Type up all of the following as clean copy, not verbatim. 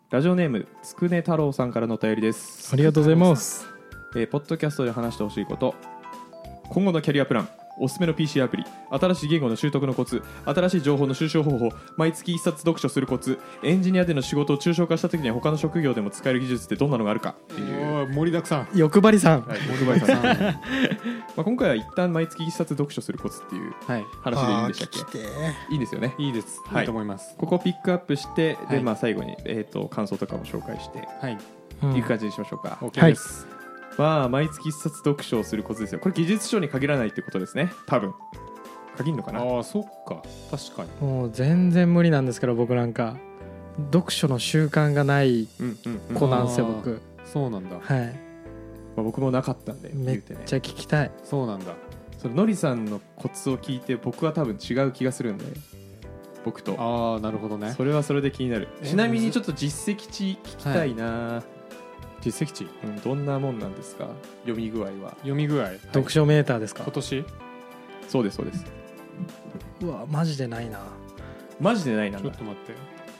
ラジオネームつくね太郎さんからのお便りです。 ありがとうございます。 ポッドキャストで話してほしいこと、今後のキャリアプラン、おすすめの PC アプリ、新しい言語の習得のコツ、新しい情報の収集方法、毎月1冊読書するコツ、エンジニアでの仕事を抽象化した時には他の職業でも使える技術ってどんなのがあるかっていう。 盛りだくさん。 欲張りさん、 はい、欲張りさんまあ今回は一旦毎月1冊読書するコツっていう話でいいんでしたっけ。いいですよね。 いいです、 はい、 いいと思います。 ここをピックアップして、 はい、 でまあ最後に、感想とかも紹介して、 はい、 いく感じにしましょうか。 OK です、 まあ毎月1冊読書をするコツですよ。これ技術書に限らないってことですね。多分限るのかな。 ああ、そっか、確かに。 もう全然無理なんですけど、僕なんか読書の習慣がない子なんですよ、僕。 そうなんだ。 はい、 まあ、僕もなかったんでめっちゃ聞きたい。 そうなんだ。 それのりさんのコツを聞いて僕は多分違う気がするんで、僕と。 ああ、なるほどね。 それはそれで気になる。ちなみにちょっと実績値聞きたいな、はい、 実績値、 どんなもんなんですか。読み具合は。 読み具合、 読書メーターですか。 今年。 そうですそうです。 うわ、マジでないな。 マジでないな。 ちょっと待って、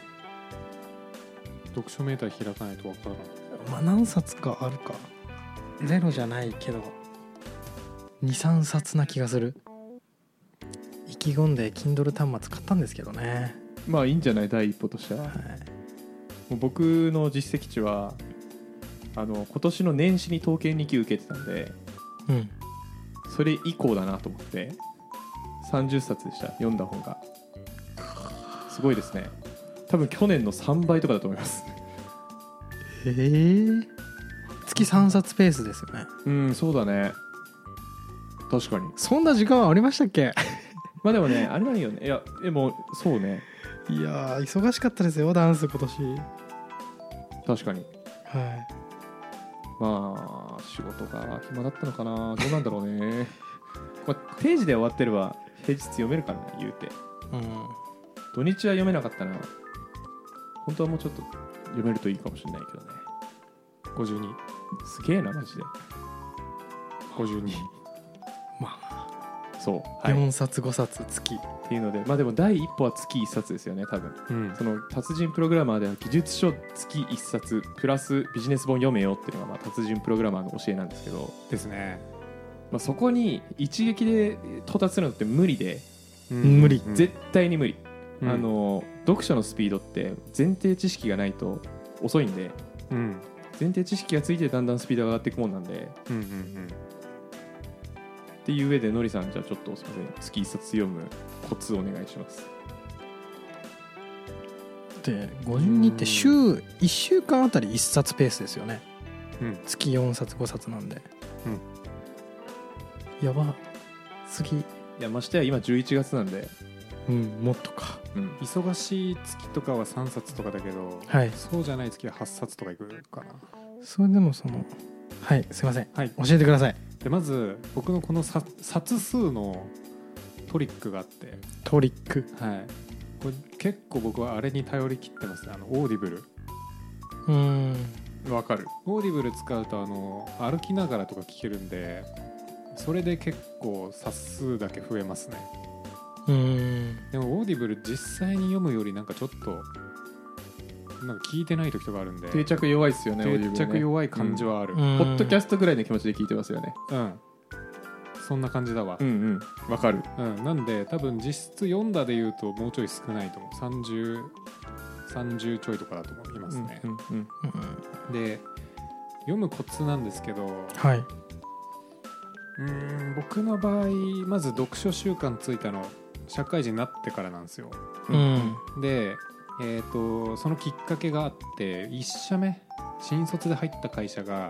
読書メーター開かないと分からない。 まあ何冊かあるか。ゼロじゃないけど 2,3 冊な気がする。意気込んで Kindle 端末買ったんですけどね。 まあいいんじゃない、第一歩としては、はい、もう僕の実績値は今年の年始に統計2級受けてたんで、 うん、 それ以降だなと思って30冊でした、読んだ本が。すごいですね。多分去年の3倍とかだと思います。 月3冊ペースですよね。 うん、そうだね。確かに。 そんな時間ありましたっけ。 まあでもね、あれはいいよね。いやでもそうね。 いや忙しかったですよ、ダンス今年。 確かに。 はい。 まあ仕事が暇だったのかな、どうなんだろうね。まあ、定時で終わってれば平日読めるからね、言うて。 うん。 土日は読めなかったな。本当はもうちょっと読めるといいかもしれないけどね。 52。 すげえなマジで。 52。 まあそう、はい、 4冊5冊月っていうので、まあでも第一歩は月1冊ですよね多分、 うん、 その達人プログラマーでは技術書月1冊プラスビジネス本読めよっていうのがまあ達人プログラマーの教えなんですけどですね。 まあ、そこに一撃で到達するのって無理で、 無理、 絶対に無理、 うん、 読書のスピードって前提知識がないと遅いんで、 うん、 前提知識がついてだんだんスピードが上がっていくもんなんで、 うんうんうん、 っていう上でのりさん、じゃあちょっとすみません、月1冊読むコツをお願いします。 で52って1週間あたり1冊ペースですよね、 うん、 月4冊5冊なんで、 うん、 やば次。 いやましてや今11月なんで、 うん、もっとか、 うん、忙しい月とかは3冊とかだけど、 はい、 そうじゃない月は8冊とかいくかな。 それでもその、はいすいません、 はい、 教えてください。 でまず僕のこの冊数のトリックがあって。 トリック、 はい、これ結構僕はあれに頼り切ってますね。オーディブル。 わかる。 オーディブル使うと歩きながらとか聞けるんで、それで結構冊数だけ増えますね。でもオーディブル実際に読むよりなんかちょっとなんか聞いてない時とかあるんで、 定着弱いですよね。 定着弱い感じはある、 ポッドキャストぐらいの気持ちで聞いてますよね。 うん、そんな感じだわ。 うんうん、わかる、 うん、なんで多分実質読んだで言うともうちょい少ないと思う。30ちょいとかだと思いますね、 うんうんうん、で読むコツなんですけど、 はい、 僕の場合まず読書習慣ついたの社会人になってからなんですよ、で、そのきっかけがあって、1社目新卒で入った会社が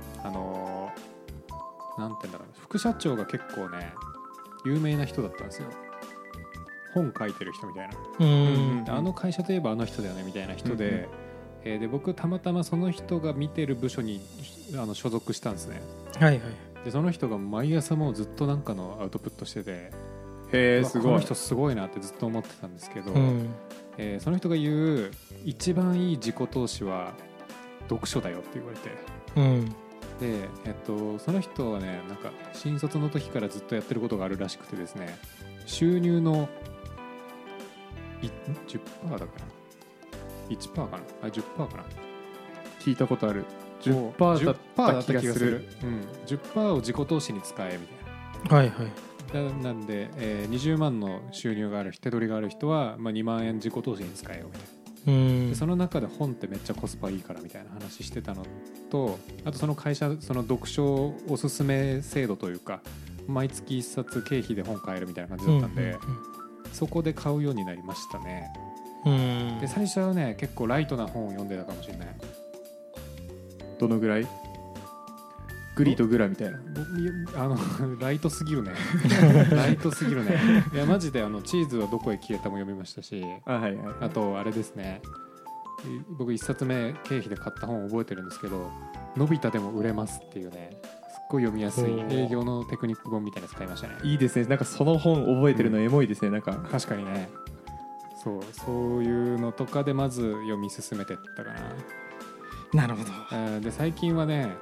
なんて言うんだろう、副社長が結構ね有名な人だったんですよ。本書いてる人みたいな、あの会社といえばあの人だよねみたいな人で、で僕たまたまその人が見てる部署に所属したんですね。 はいはい。 でその人が毎朝もうずっとなんかのアウトプットしてて、 へーすごい、 この人すごいなってずっと思ってたんですけど、その人が言う一番いい自己投資は読書だよって言われて、で、その人はねなんか新卒の時からずっとやってることがあるらしくてですね、収入の10%だかな 1%かなあ 10% かな聞いたことある。 10% だった気がする。 うん、10% を自己投資に使えみたいな。 はいはい。 なんで、20万の収入がある手取りがある人は、まあ、2万円自己投資に使えよみたいな。でその中で本ってめっちゃコスパいいからみたいな話してたのと、あとその会社その読書おすすめ制度というか毎月1冊経費で本買えるみたいな感じだったんで、そこで買うようになりましたね。で最初はね結構ライトな本を読んでたかもしれない。 どのぐらい？グリとグラみたいな。 ライトすぎるねライトすぎるね。いやマジでチーズはどこへ消えたも読みましたし、 はいはい、 あとあれですね、僕1冊目経費で買った本を覚えてるんですけど、のび太でも売れますっていうね、すっごい読みやすい営業のテクニック本みたいなやつ買いましたね。 いいですね。なんかその本覚えてるのエモいですね、なんか確かにね。そういうのとかでまず読み進めてったかな。なるほど。 で最近はね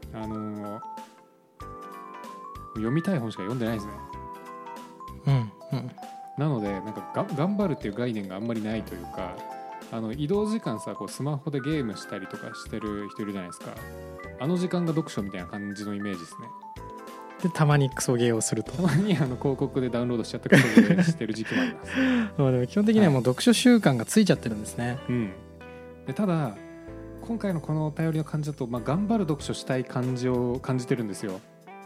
読みたい本しか読んでないですね。なのでなんか頑張るっていう概念があんまりないというか、移動時間さこうスマホでゲームしたりとかしてる人いるじゃないですか。あの時間が読書みたいな感じのイメージですね。 でたまにクソゲーをすると、 たまに広告でダウンロードしちゃったクソゲーしてる時期もありますまあでも基本的にはもう読書習慣がついちゃってるんですね。 でただ今回のこのお便りの感じだと、まあ、頑張る読書したい感じを感じてるんですよ。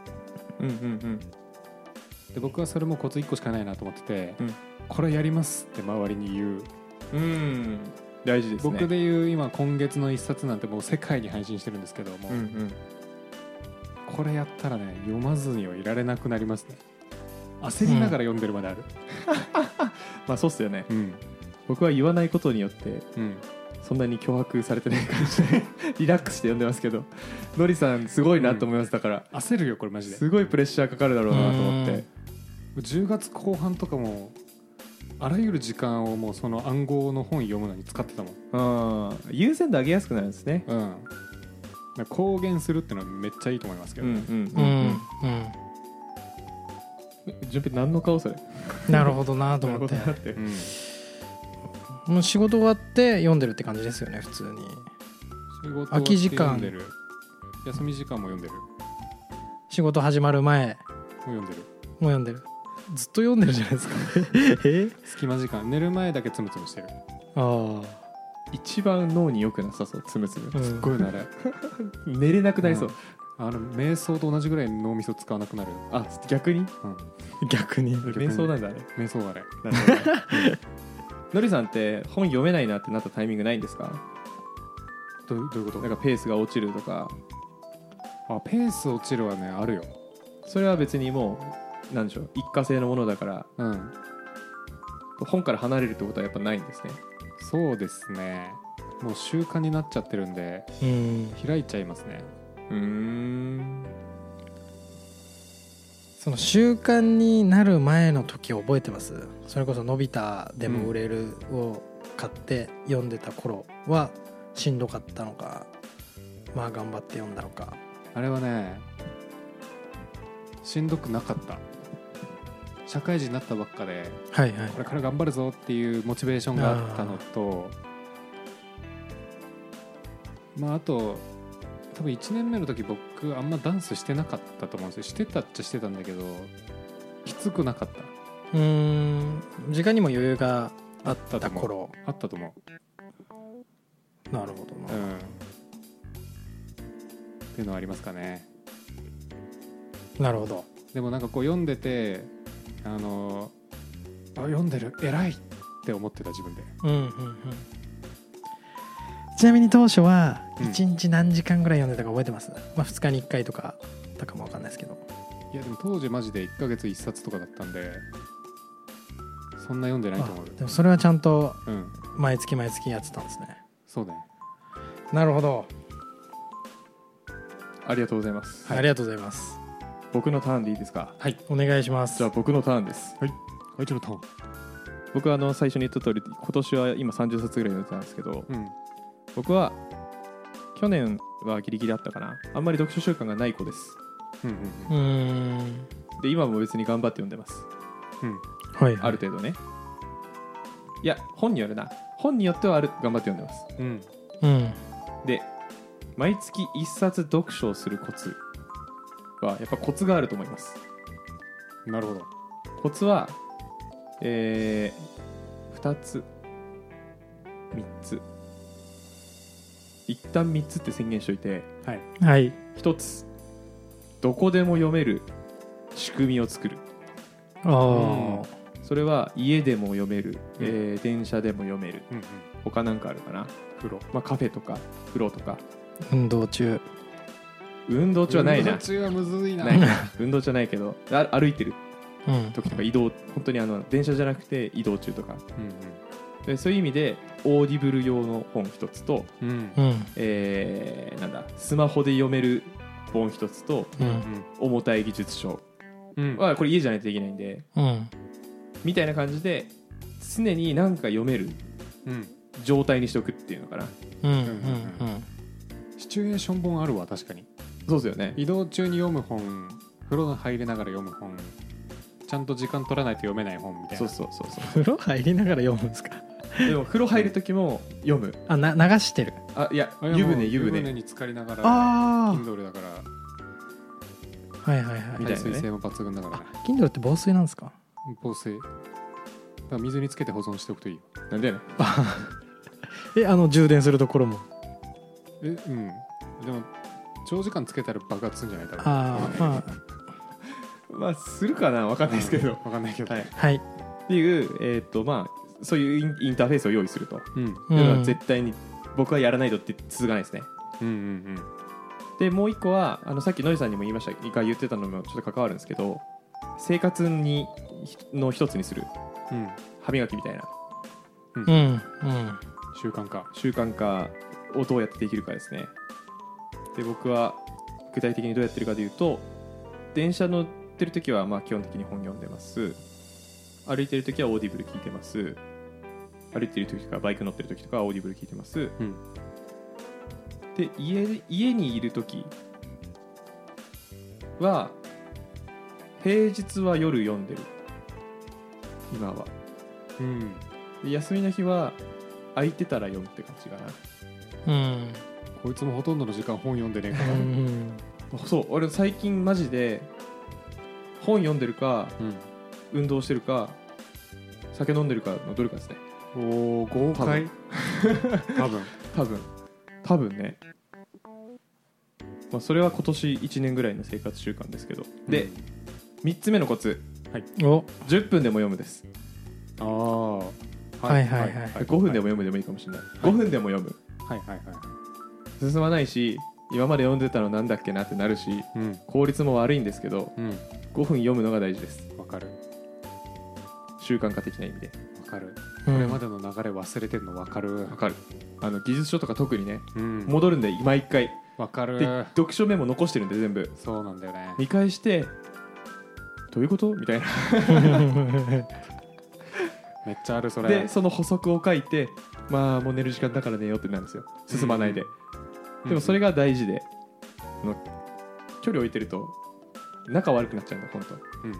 で僕はそれもコツ1個しかないなと思ってて、これやりますって周りに言う。 大事ですね。 僕で言う今月の1冊なんてもう世界に配信してるんですけども、これやったらね読まずにはいられなくなりますね。焦りながら読んでるまである。 まあそうっすよね。僕は言わないことによって、そんなに脅迫されてない感じでリラックスして読んでますけど、のりさんすごいなと思います。だから焦るよこれマジで。 すごいプレッシャーかかるだろうなと思って。 10月後半とかもあらゆる時間をもうその暗号の本読むのに使ってたもん。 優先度上げやすくなるんですね。 公言するってのはめっちゃいいと思いますけどね。 順平何の顔それ。 なるほどなと思って。もう仕事終わって読んでるって感じですよね普通に。空き時間読んでる、休み時間も読んでる、 仕事始まる前も読んでる、 もう読んでる、ずっと読んでるじゃないですか隙間時間寝る前だけつむつむしてる。 一番脳に良くなさそう、つむつむ。 すっごいなれ寝れなくなりそう。 瞑想と同じぐらい脳みそ使わなくなる。 逆に、 逆に瞑想なんだあれ。 瞑想あれ。 のりさんって本読めないなってなったタイミングないんですか？ どういうこと？ なんかペースが落ちるとか。 ペース落ちるはねあるよ。 それは別にもうなんでしょう、一過性のものだから、本から離れるってことはやっぱないんですね。 そうですね、もう習慣になっちゃってるんで開いちゃいますね。 その習慣になる前の時を覚えてます？それこそのび太でも売れるを買って読んでた頃はしんどかったのか、まあ頑張って読んだのか。 あれはねしんどくなかった。社会人になったばっかで、これから頑張るぞっていうモチベーションがあったのと、あと多分1年目の時僕あんまダンスしてなかったと思うんですよ。してたっちゃしてたんだけどきつくなかった。 時間にも余裕があった頃。 あったと思う。なるほどな。 っていうのはありますかね。 なるほど。 でもなんかこう読んでて読んでる偉いって思ってた自分で。 ちなみに当初は1日何時間ぐらい読んでたか覚えてます？2日に1回とかだかも分かんないですけど。 いやでも当時マジで1ヶ月1冊とかだったんでそんな読んでないと思う。 でもそれはちゃんと毎月毎月やってたんですね。 そうだね。 なるほど。 ありがとうございます。 ありがとうございます。 僕のターンでいいですか？ はい、お願いします。 じゃあ僕のターンです。 はい、相手のターン。 僕は最初に言った通り今年は今30冊ぐらい読んでたんですけど、僕は去年はギリギリあったかな、あんまり読書習慣がない子です。で今も別に頑張って読んでます。ある程度ね。いや本によるな。 本によっては頑張って読んでます。 うんうんで毎月1冊読書をするコツはやっぱコツがあると思います。 なるほど。 コツは、2つ3つ一旦3つって宣言しといて、 はいはい 1つどこでも読める仕組みを作る。 あそれは家でも読める、電車でも読める。 うんうん他なんかあるかな。 風呂まあ、カフェとか風呂とか。 運動中運動中はないな。 運動中はむずいな。 ないな運動じゃないけど歩いてるうん時とか移動、本当に電車じゃなくて移動中とかうんで、そういう意味でオーディブル用の本一つと、 うんうんうんスマホで読める本一つと、 うん重たい技術書うんはこれ家じゃないとできないんで、 うんみたいな感じで常に何か読めるうん状態にしておくっていうのかな。 うんうんシチュエーション本あるわ。確かにそうですよね。 移動中に読む本、風呂入りながら読む本、ちゃんと時間取らないと読めない本みたいな。 そうそうそうそ風呂入りながら読むんですか。 うでも風呂入る時も読む。 あ流してる。 いやあいや湯もう湯船船に浸かりながらあ Kindle だからはいはいはいみたいなね排水性も抜群だからね。 Kindle って防水なんですか。 防水だから水につけて保存しておくといいよ。 なんでやねん。 充電するところも。 うんでも長時間つけたら爆発するんじゃない多分。 ああままあするかな分かんないですけど、 分かんないけど、 はい、 あはいっていうまあそういうインターフェースを用意するとうんいうのは絶対に僕はやらないとって続かないですね。 うんうんでもう一個はさっきノイさんにも言いましたが言ってたのもちょっと関わるんですけど、生活の一つにするうん歯磨きみたいなうんうん習慣化。 習慣化をどうやってできるかですね。で僕は具体的にどうやってるかというと、電車乗ってる時はまあ基本的に本読んでます。歩いてる時はオーディブル聞いてます。歩いてる時とかバイク乗ってる時とかはオーディブル聞いてます。 うんで家にいる時は平日は夜読んでる今は。 うんで休みの日は空いてたら読むって感じかな。 うんこいつもほとんどの時間本読んでねえかうら。 んそう俺最近マジで本読んでるか運動してるか酒飲んでるかのどれかですね。 おお豪快。 多分ね、まあ、それは今年1年ぐらいの生活習慣ですけど、で3つ目のコツ、 お 10分でも読むです。 ああはいはいはい 5分でも読むでもいいかもしれない。5分でも読む、 はいはいはい。 進まないし今まで読んでたのなんだっけなってなるしうん効率も悪いんですけど、 うん 5分読むのが大事です。 わかる習慣化的な意味でわかる。 うんこれまでの流れ忘れてるのわかる。 わかる。技術書とか特にねうん戻るんで毎回わかる。 で読書メモ残してるんで全部そうなんだよね。 見返してどういうことみたいなめっちゃあるそれ。 でその補足を書いてまあもう寝る時間だから寝ようってなるんですよ。進まないで、でもそれが大事で、距離を置いてると仲悪くなっちゃうんだ本当うん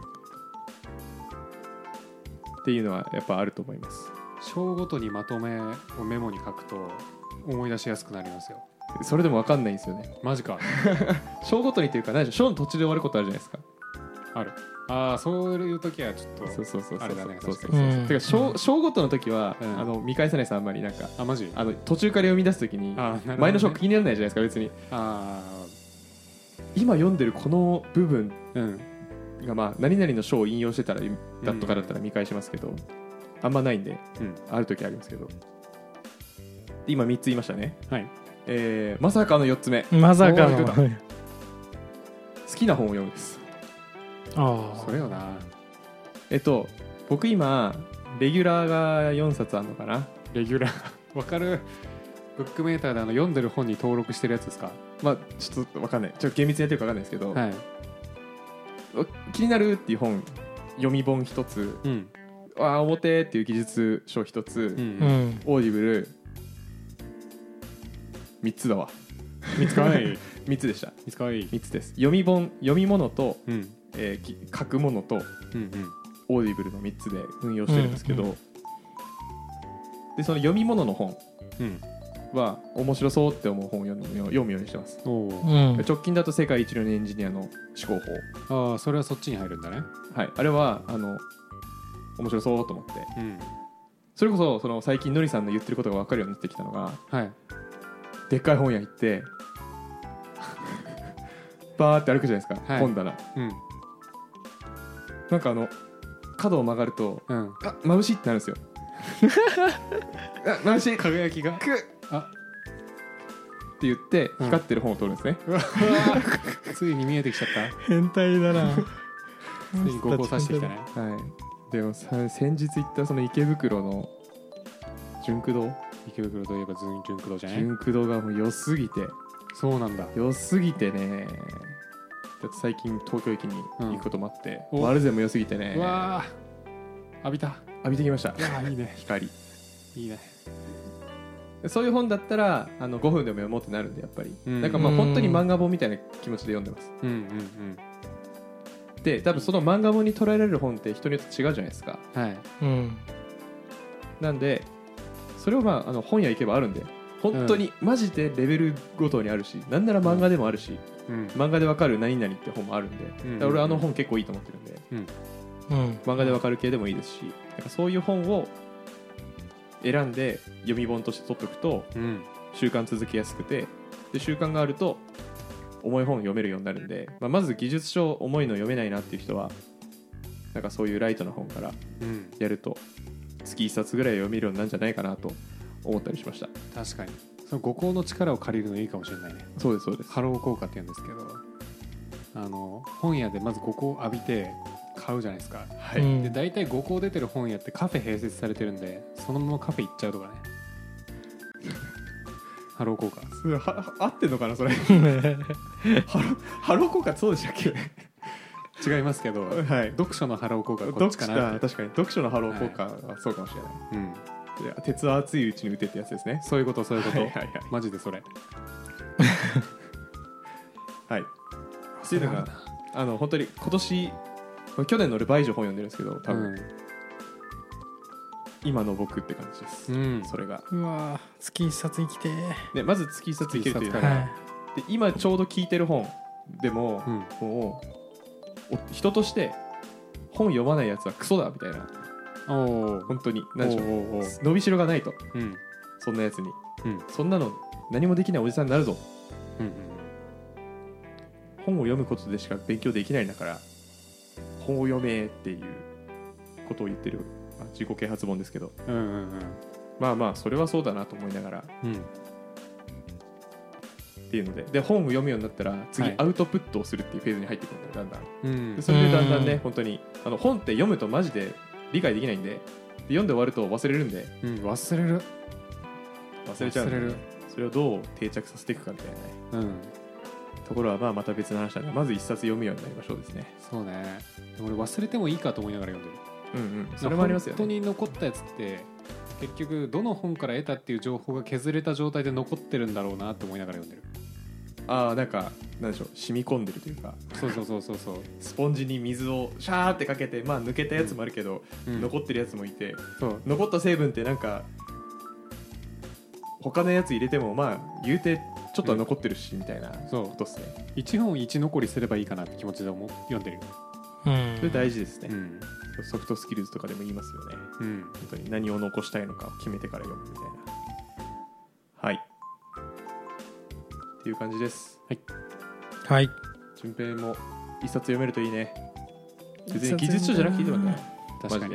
っていうのはやっぱあると思います。 章ごとにまとめをメモに書くと思い出しやすくなりますよ。 それでも分かんないんですよね。 マジか。 章ごとにというか何でしょう、章の途中で終わることあるじゃないですか。 ある。ああそういう時はちょっとそうそうそうそうあれだねそうそう確かにてか章ごとの時は、 うん見返さないですあんまり。なんかあマジ途中から読み出す時にあなるほどね前の章気にならないじゃないですか別に。 あ今読んでるこの部分あうんがまあ何々の章を引用してたらだとかだったら見返しますけど、あんまないんでうんある時ありますけど。今3つ言いましたね。 はいまさかの4つ目、 まさかのおー出た好きな本を読むです。 あそれよな。 僕今レギュラーが4冊あるのかな。 レギュラーわかる。ブックメーターで読んでる本に登録してるやつですか。 まあちょっと分かんない、ちょっと厳密にやってるか分かんないですけど、 はい気になるっていう本読み本1つ、 うん表っていう技術書1つ、 うんうんオーディブル3つだわ。 見つかわいい 3つでした。 見つかわいい。 3つです。読み物と、 うん書くものとうんオーディブルの3つで運用してるんですけど、 うんうんでその読み物の本うんは面白そうって思う本を読むようにしてます。 おーうん直近だと世界一流のエンジニアの思考法、 ああそれはそっちに入るんだね。 はい、あれは面白そうと思って、 うんそれこそ最近のりさんの言ってることが分かるようになってきたのが、 はいでっかい本屋行ってバーって歩くじゃないですか、 はい本棚うんなんか角を曲がるとうんあ眩しいってなるんですよあ眩しい輝きがくっあって言ってうん光ってる本を取るんですね、 うわついに見えてきちゃった変態だなついに5個刺してきたね。 はい、でも先日行ったその池袋の純駆堂池袋といえば純駆動じゃない。 純駆堂がもう良すぎてそうなんだ。 良すぎてね、だって最近東京駅に行くこともあって、 お丸善も良すぎてねうわー浴びた。 浴びてきましたいやいいね光いいね。 そういう本だったら5分でも読もうってなるんでやっぱり、 うんなんかまあ本当に漫画本みたいな気持ちで読んでます。 うんうんで多分その漫画本に捉えられる本って人によって違うじゃないですか。 うんはいうんなんでそれを本屋行けばあるんで本当にマジでレベルごとにあるし、なんなら漫画でもあるし、 うん漫画でわかる何々って本もあるんで、 うんだから俺本結構いいと思ってるんで、 うん漫画でわかる系でもいいですし、なんかそういう本を選んで読み本として取っておくとうん習慣続きやすくて、で習慣があると重い本読めるようになるんで、まず技術書重いの読めないなっていう人はなんかそういうライトな本からうんやると月1冊ぐらい読めるようになるんじゃないかなと思ったりしました。 確かにその五行の力を借りるのいいかもしれないね。 そうですそうです。 ハロー効果って言うんですけど本屋でまず五行浴びて買うじゃないですか。 はい、 うんで大体五行出てる本屋ってカフェ併設されてるんでそのままカフェ行っちゃうとかねハロー効果それ合ってんのかなそれハロー効果ってそうでしたっけ違いますけど、 はい読書のハロー効果はこっちかなって。 確かに読書のハロー効果はそうかもしれない、 うんいや鉄は熱いうちに打てってやつですね。 そういうことそういうこと、 はいはいはいマジでそれはいっていうのが本当に今年去年の俺倍以上本読んでるんですけど多分、今の僕って感じです、 うんそれがうわ月一冊生きてでまず月1冊いけるというの月一冊が、 はで今ちょうど聞いてる本でも、 うんもう人として本読まないやつはクソだみたいなおお本当に何でしょうおうおうおう伸びしろがないとうんそんなやつにうんそんなの何もできないおじさんになるぞうん本を読むことでしか勉強できないんだから本を読めっていうことを言ってる、自己啓発本ですけどうんうんまあそれはそうだなと思いながらっうんていうので本を読むようになったら次はいアウトプットをするっていうフェーズに入ってくるんだよだんだんうんでそれでだんだんねうん本当に本って読むとマジで理解できないんで読んで終わると忘れるんでうん忘れる忘れちゃうんで忘れるそれをどう定着させていくかみたいなねうんところはまた別の話なんでまず一冊読むようになりましょうですね。 そうね。でも俺忘れてもいいかと思いながら読んでる。 うんそれもありますよ本当ね。 に残ったやつって結局どの本から得たっていう情報が削れた状態で残ってるんだろうなって思いながら読んでる。 なんでしょう染み込んでるというかそうそうそうそうそう、 スポンジに水をシャーってかけて抜けたやつもあるけど、 うん残ってるやつもいてそう残った成分って他のやつ入れても言うてちょっとは残ってるし、みたいなそうことですね。 一本一残りすればいいかなって気持ちで読んでるよ。 うんそれ大事ですね、 うんソフトスキルズとかでも言いますよね。 うん本当に何を残したいのかを決めてから読むみたいな。はいっていう感じです。 はい順平も一冊読めるといいね。別に技術書じゃなくていいと思うんだよ。 確かにマジで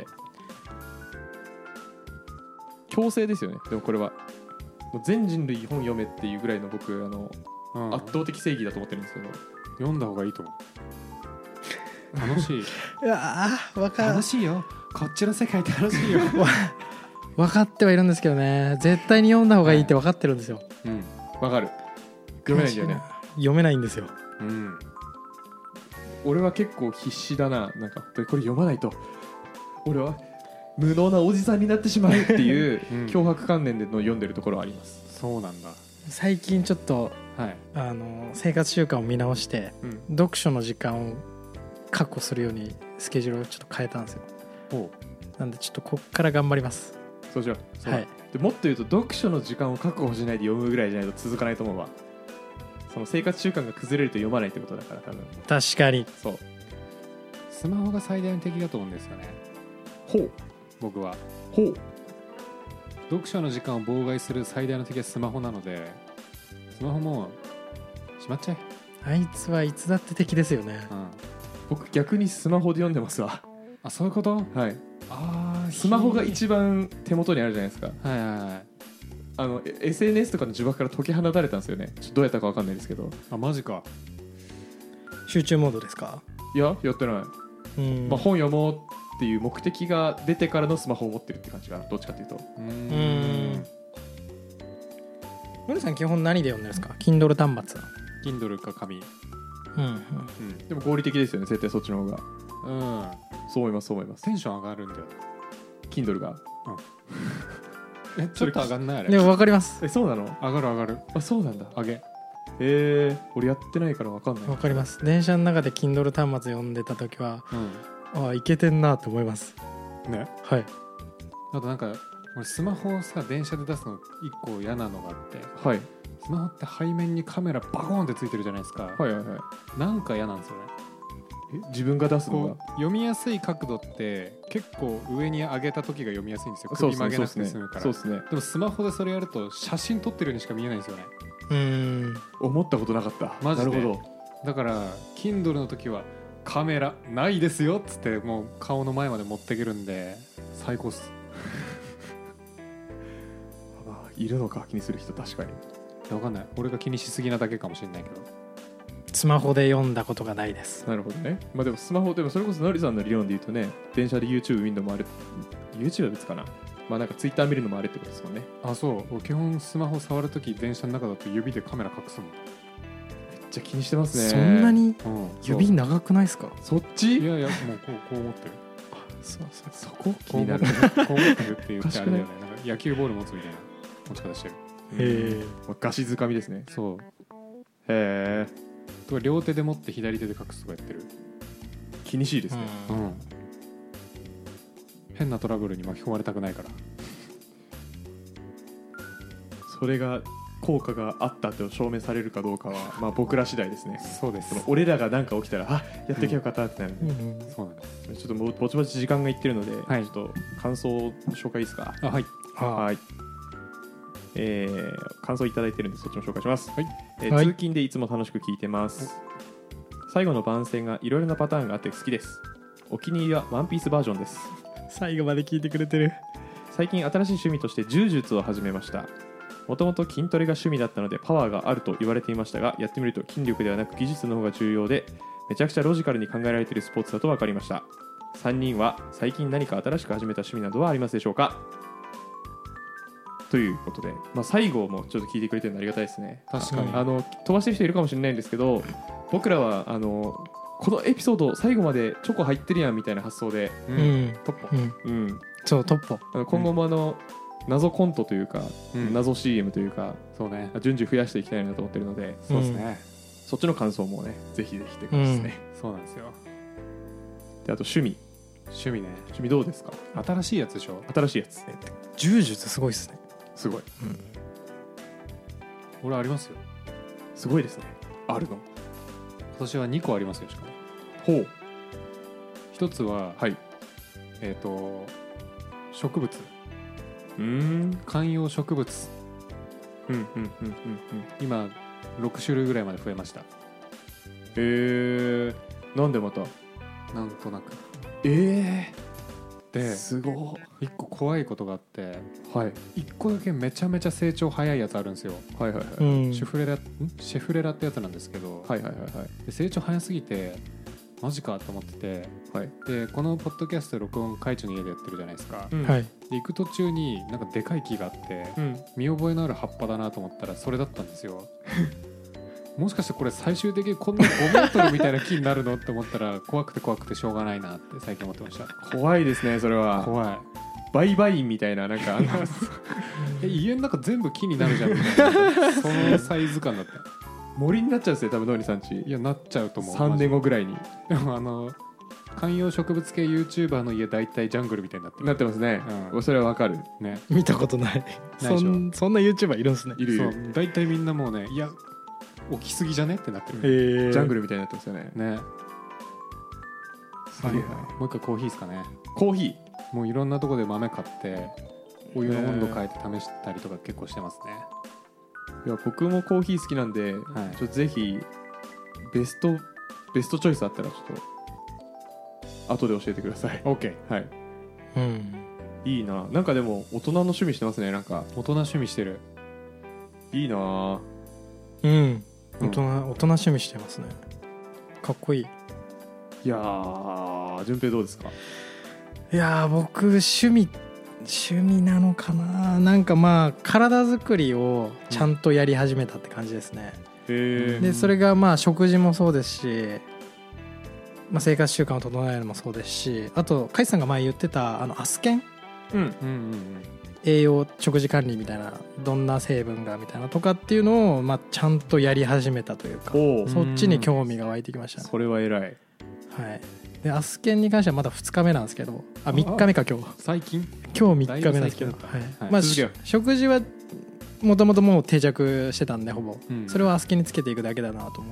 強制ですよね。でもこれはもう全人類本読めっていうぐらいの僕うん圧倒的正義だと思ってるんですけど、 読んだ方がいいと思う。楽しいうわ分楽しいよ。こっちの世界楽しいよ。 分かってはいるんですけどね絶対に読んだ方がいいって分かってるんですよ、 うんわかる。読めないんだよね。 読めないんですようん俺は結構必死だな。本当にこれ読まないと俺は無能なおじさんになってしまうっていううん脅迫観念での読んでるところはあります。 そうなんだ。 最近ちょっとはい。 生活習慣を見直してうん読書の時間を確保するようにスケジュールをちょっと変えたんですよ。 おうなんでちょっとこっから頑張ります。 そうしよう。そうはいでもっと言うと読書の時間を確保しないで読むぐらいじゃないと続かないと思うわ。その生活習慣が崩れると読まないってことだから多分。 確かに。 そう。 スマホが最大の敵だと思うんですよね、 ほう僕は。 ほう。 読書の時間を妨害する最大の敵はスマホなので、スマホもうしまっちゃえ。 あいつはいつだって敵ですよね。 僕逆にスマホで読んでますわ。 あ、そういうこと。 はい。 ああ、 スマホが一番手元にあるじゃないですか。 はいはいはい。 SNS とかの呪縛から解き放たれたんですよね。ちょっとどうやったか分かんないですけど。 あ、マジか。 集中モードですか？ いややってない。まあ、本読もうっていう目的が出てからのスマホを持ってるって感じかな、どっちかっていうと。 のりさん基本何で読んでるんですか？ Kindle 端末。 Kindle か紙。 でも合理的ですよね、絶対そっちの方が。そう思いますそう思います。 テンション上がるんだよ Kindle が。 ちょっと上がんないあれ。 でも分かります。 そうなの？ 上がる上がる。 あ、そうなんだ。 上げ。 俺やってないから分かんない。 分かります。電車の中で Kindle 端末読んでた時は、ああいけてんなって思いますね。 はい。 あとなんか俺スマホをさ電車で出すの一個嫌なのがあって、 はい、 スマホって背面にカメラバコーンってついてるじゃないですか。 はいはいはい。 なんか嫌なんですよね。 自分が出すのが読みやすい角度って結構上に上げた時が読みやすいんですよ。首曲げなくて済むから。 そうですね。 でもスマホでそれやると写真撮ってるようにしか見えないんですよね。 思ったことなかった。 マジで。 なるほど。 だから Kindle の時はカメラないですよっつってもう顔の前まで持ってけるんで最高っす。 いるのか気にする人。確かに分かんない。俺が気にしすぎなだけかもしれないけどスマホで読んだことがないです。 なるほどね。まあでもスマホでもそれこそのりさんの理論で言うとね、電車で YouTube 見るのもある。 YouTube は別かな。まあなんか Twitter 見るのもあるってことですもんね。 あ、そう。基本スマホ触るとき電車の中だと指でカメラ隠すもん。 めっちゃ気にしてますね。 そんなに指長くないですか？ そっち？ いやいやもうこう思ってる。 そこ気になる。 こう思ってるって言ってあれだよね。なんか野球ボール持つみたいな持ち方してる。 へえ。ガシ掴みですね。 そう。 へえ。 とか両手で持って左手で隠すとかやってる。 気にしいですね。 変なトラブルに巻き込まれたくないから。 それが効果があったと証明されるかどうかはまあ僕ら次第ですね。 そうです。 俺らが何か起きたらやってきゃよかったってなるんで、 そうなんです。 ちょっとぼちぼち時間がいってるので、 はい、 ちょっと感想を紹介いいですか？ はいはい。感想いただいてるんでそっちも紹介します。 はい。 通勤でいつも楽しく聞いてます。最後の番宣がいろいろなパターンがあって好きです。お気に入りはワンピースバージョンです。 最後まで聞いてくれてる。 最近新しい趣味として柔術を始めました。もともと筋トレが趣味だったのでパワーがあると言われていましたが、やってみると筋力ではなく技術の方が重要でめちゃくちゃロジカルに考えられているスポーツだと分かりました。3人は最近何か新しく始めた趣味などはありますでしょうか？ということで、最後もちょっと聞いてくれてるのありがたいですね。 確かに飛ばしてる人いるかもしれないんですけど、僕らはこのエピソード最後までチョコ入ってるやんみたいな発想で、 トッポ、 そうトッポ。 今後も謎コントというか、謎 CM というか、 そうね、 順次増やしていきたいなと思ってるので、 そうですね、 そっちの感想もねぜひぜひって感じですね。 そうなんですよ。 であと趣味ね。趣味どうですか？ 新しいやつでしょ？ 新しいやつ。 柔術すごいですね。 すごい、 俺ありますよ。 すごいですね。あるの？ 今年は2個ありますよ。しかもほう。 一つは、 はい、 植物、観葉植物、今6種類ぐらいまで増えました。 なんでまた？ なんとなく。 ですごい。 1個怖いことがあって、 はい、 1個だけめちゃめちゃ成長早いやつあるんですよ。 はいはいはい。 シェフレラってやつなんですけど、で成長早すぎてマジかと思ってて、でこのポッドキャスト録音海中の家でやってるじゃないですか、で行く途中になんかでかい木があって、見覚えのある葉っぱだなと思ったらそれだったんですよ。もしかしてこれ最終的にこんな5メートルみたいな木になるのって思ったら怖くてしょうがないなって最近思ってました。 怖いですねそれは。 怖い。 売買員みたいな、なんか家の中全部木になるじゃんみたいなそのサイズ感だった。 森になっちゃうんですよ多分ノリさんち。 いやなっちゃうと思う。 3年後ぐらいに。 でも観葉植物系 YouTuber の家大体ジャングルみたいになってるなってますね、 うんそれはわかる。 ね。 見たことない。 ないでしょそんな YouTuber いるんですね。 いるいる。 そう大体みんなもうね、いや起きすぎじゃねってなってる。 ジャングルみたいになってますよね。 ね。 はいはい。 もう一回コーヒーですかね。 コーヒもういろんなとこで豆買ってお湯の温度変えて試したりとか結構してますね。 ー。いや僕もコーヒー好きなんで、 はいちょっとぜひベストチョイスあったらちょっと後で教えてください。 OK。 はい。 うん。 いいな。なんかでも大人の趣味してますね。なんか大人趣味してる。 いいな。 うん。大人趣味してますね。かっこいい。 いやー、順平どうですか？ いやー、僕趣味なのかな。なんかまあ体作りをちゃんとやり始めたって感じですね。 へでそれがまあ食事もそうですし、まあ、生活習慣を整えるのもそうですし、あとカイさんが前言ってたアスケンうんうんうん栄養食事管理みたいな、どんな成分がみたいなとかっていうのを、まあ、ちゃんとやり始めたというか、 おお、 そっちに興味が湧いてきましたね。 それは偉い。 はい。でアスケンに関してはまだ2日目なんですけど、3日目か今日最近 3日目なんですけど、 だいぶ最近だったはいまあ、 続けよ食事はもともともう定着してたんでほぼ、 うんそれをアスケンにつけていくだけだなと思って、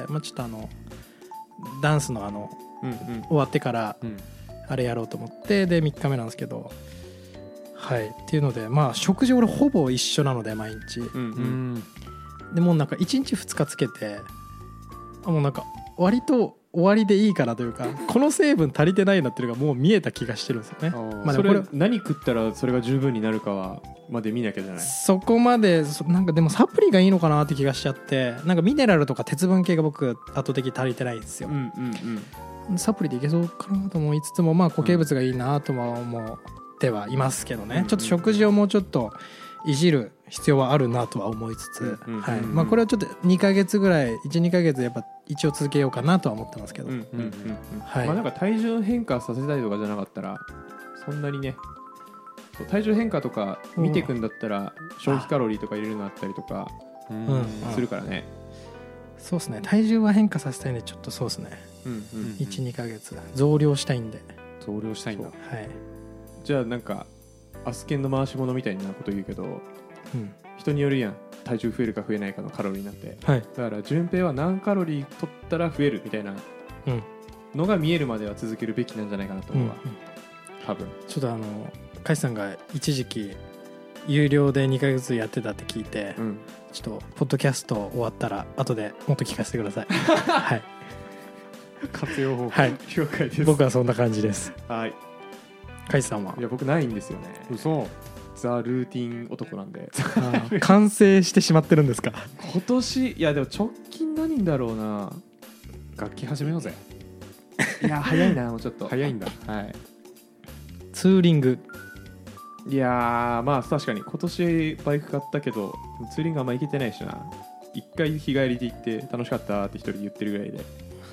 まあ、ちょっとダンスのうんうん。 終わってからうんあれやろうと思ってで3日目なんですけど、はいっていうので、まあ食事俺ほぼ一緒なので毎日うんううん。 んでもうなんか1日2日つけてもうなんか割と終わりでいいかなというかこの成分足りてないなっていうのがもう見えた気がしてるんですよね。まあそでもこれれ何食ったらそれが十分になるかはまで見なきゃじゃない。 そこまでなんかでもサプリがいいのかなって気がしちゃって、なんかミネラルとか鉄分系が僕圧倒的に足りてないんですよう。んうんうん。 サプリでいけそうかなと思いつつも、まあ固形物がいいなとは思ってはいますけどね、 うんちょっと食事をもうちょっといじる必要はあるなとは思いつつ、 うんはいうんまあこれはちょっと2ヶ月ぐらい 1,2 ヶ月やっぱ一応続けようかなとは思ってますけど、 うんうんうんうん。 はいまあなんか体重変化させたいとかじゃなかったらそんなにね。そう体重変化とか見ていくんだったら消費カロリーとか入れるのあったりとかうんするからね。 そうですね、体重は変化させたいんでちょっとそうですね、 うんうん。 1,2 ヶ月増量したいんで、 増量したいんだ。 はい、 じゃあなんかアスケンの回し物みたいなこと言うけどうん人によるやん。体重増えるか増えないかのカロリーなんて。 はいだから順平は何カロリー取ったら増えるみたいなうんのが見えるまでは続けるべきなんじゃないかなとうん思うわ、多分。 ちょっとカイさんが一時期有料で2ヶ月やってたって聞いて、 うん、 ちょっとポッドキャスト終わったら後でもっと聞かせてくださいはい、 活用方法。 はい、 了解です。 僕はそんな感じです。 はい。 カイさんはいや僕ないんですよね。 嘘。 ザ・ルーティン男なんで完成してしまってるんですか？ 今年いやでも直近何だろうな。 楽器始めようぜ。 いや早いなもうちょっと早いんだ。 はいツーリング。 いやーまあ確かに今年バイク買ったけどツーリングあんま行けてないしな。一回日帰りで行って楽しかったって一人言ってるぐらいで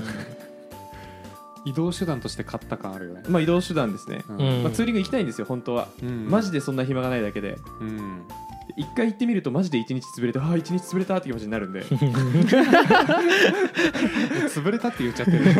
移動手段として買った感あるよね。 まあ移動手段ですね、 うんまあ、ツーリング行きたいんですよ本当は、 うんマジでそんな暇がないだけでうん。 一回行ってみるとマジで一日潰れてああ一日潰れたって気持ちになるんで潰れたって言っちゃってる。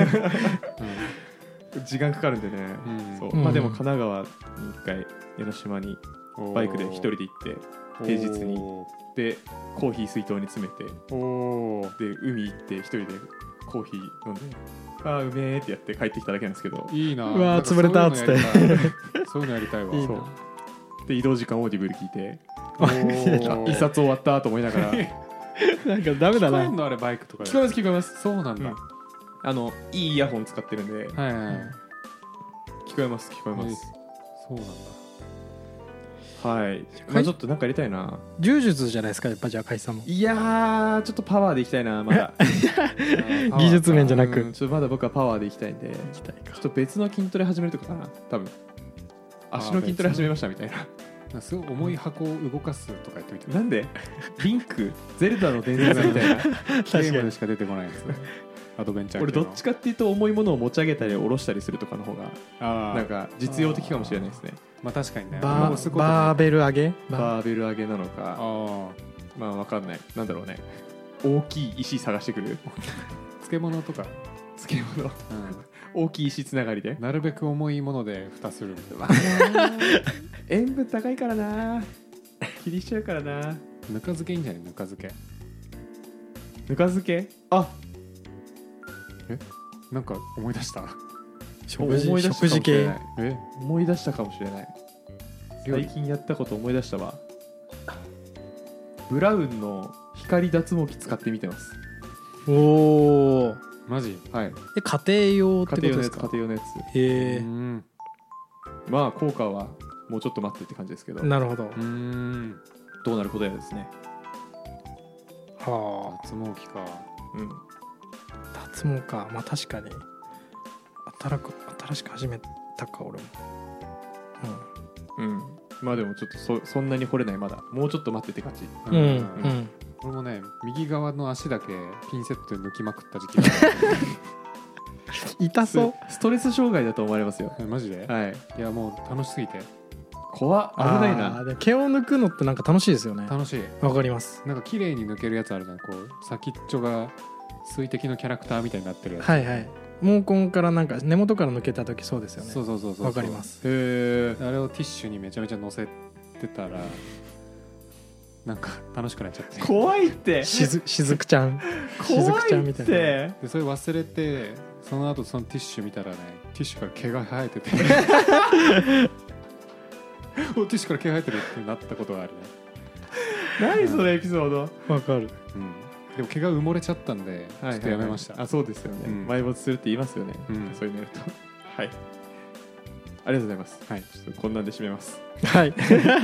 時間かかるんでね、 うんそううんまあでも神奈川に一回江ノ島にバイクで一人で行って平日にでコーヒー水筒に詰めておーで海行って一人でコーヒー飲んでああうめえってやって帰ってきただけなんですけどいいな。 うわーなんか潰れたっつってそういうのやりたいわ。 いいなそうで移動時間オーディブル聞いておー一冊終わったと思いながらなんかダメだな。 聞こえんのあれバイクとかで聞こえます聞こえますそうなんだ。 いいイヤホン使ってるんではいはいはい。 聞こえます聞こえます、 そうなんだ。 はいまあちょっとなんかやりたいな柔術じゃないですかやっぱじゃあカイさんも。 いやーちょっとパワーでいきたいなまだ技術面じゃなくうんちょっとまだ僕はパワーでいきたいんで行きたいかちょっと別の筋トレ始めるとかかな多分足の筋トレ始めましたみたいななんかすごい重い箱を動かすとか言っといて。 なんでリンクゼルダの伝説みたいなゲームでしか出てこないやつ。アドベンチャー系の。 俺どっちかっていうと重いものを持ち上げたり下ろしたりするとかの方があーなんか実用的かもしれないですねまあ確かにね。 バ押すことねーベル上げバーベル上げなのかあまあわかんないなんだろうね大きい石探してくるあ漬物とか。 漬物うん大きい石つながりでなるべく重いもので蓋する。 塩分高いからな、気にしちゃうからな。 ぬか漬けいいんじゃない？ぬか漬け。 ぬか漬け、あ、 なんか思い出した。 食事思い出したかもしれないえ思い出したかもしれない。最近やったこと思い出したわ。ブラウンの光脱毛器使ってみてます。 おお。 マジ？ はい。 家庭用って家庭用のやつ、 ことですか？ 家庭用のやへえ。 つ。まあ効果はもうちょっと待ってって感じですけど、 なるほど。 どうなることやですね。 はあ。 脱毛器か。 脱毛か。まあ確かに新しく始めたか俺も。 まあでもちょっとそんなに掘れない、まだもうちょっと待ってって感じ。 俺もね、右側の足だけピンセットで抜きまくった時期が痛そう。 ストレス障害だと思われますよ。 マジで？ はい。 いやもう楽しすぎて。 怖っ、危ないな。 で毛を抜くのってなんか楽しいですよね。 楽しい。 わかります。 なんか綺麗に抜けるやつあるじゃん。こう先っちょが水滴のキャラクターみたいになってるやつ。 はいはい。毛根からなんか根元から抜けた時そうですよね。 そうわかります。 へえ。 あれをティッシュにめちゃめちゃ乗せてたらなんか楽しくなっちゃって。 怖いって。 しずくちゃん。しずくちゃんみたいな。 でそれ忘れて、その後そのティッシュ見たらね、ティッシュから毛が生えてておティッシュから毛生えてるってなったことがあるね。 何そのエピソード。 わかる。 でも毛が埋もれちゃったんでちょっとやめました。 あ、そうですよね。埋没するって言いますよね。そういうのやると。はい。ありがとうございます。はい。ちょっとこんなんで締めます。 はい。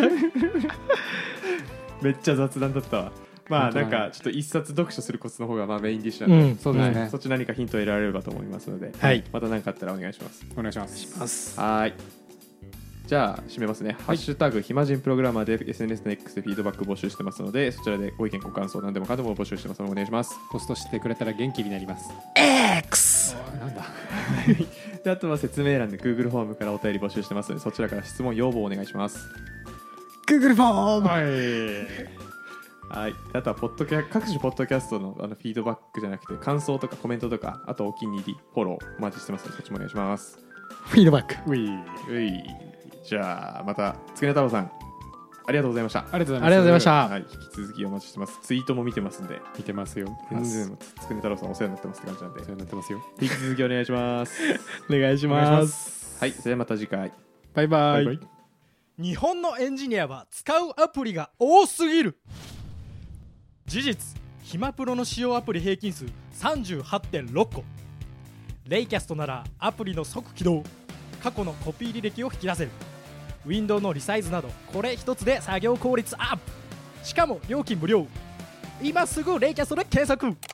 めっちゃ雑談だったわ。まあなんかちょっと一冊読書するコツの方がまあメインディッシュなんで、 そうですね。 そっち何かヒントを得られればと思いますので、また何かあったらお願いします。 お願いします。 はい。じゃあ締めますね。ハッシュタグ暇人プログラマーで SNS の X でフィードバック募集してますので、そちらでご意見ご感想何でもかんでも募集してますのでお願いします。 ポストしてくれたら元気になります。 X なんだで、あとは説明欄で Google フォームからお便り募集してますので、そちらから質問要望お願いします。 Google フォーム。 はい。あとは各種ポッドキャストのフィードバックじゃなくて感想とかコメントとか、あとお気に入りフォローお待ちしてますので、そっちもお願いします。 フィードバック。 じゃあまたつくね太郎さんありがとうございました。 ありがとうございました。 はい、引き続きお待ちしてます。ツイートも見てますんで。 見てますよ。 全然つくね太郎さんお世話になってますって感じなんで。 お世話になってますよ。 引き続きお願いします。 お願いします。 はい、それではまた次回。 バイバイ。 日本のエンジニアは使うアプリが多すぎる。事実、ひまプロの使用アプリ平均数 38.6 個。レイキャストならアプリの即起動、過去のコピー履歴を引き出せる。ウィンドウのリサイズなどこれ一つで作業効率アップ。しかも料金無料。今すぐレイキャストで検索。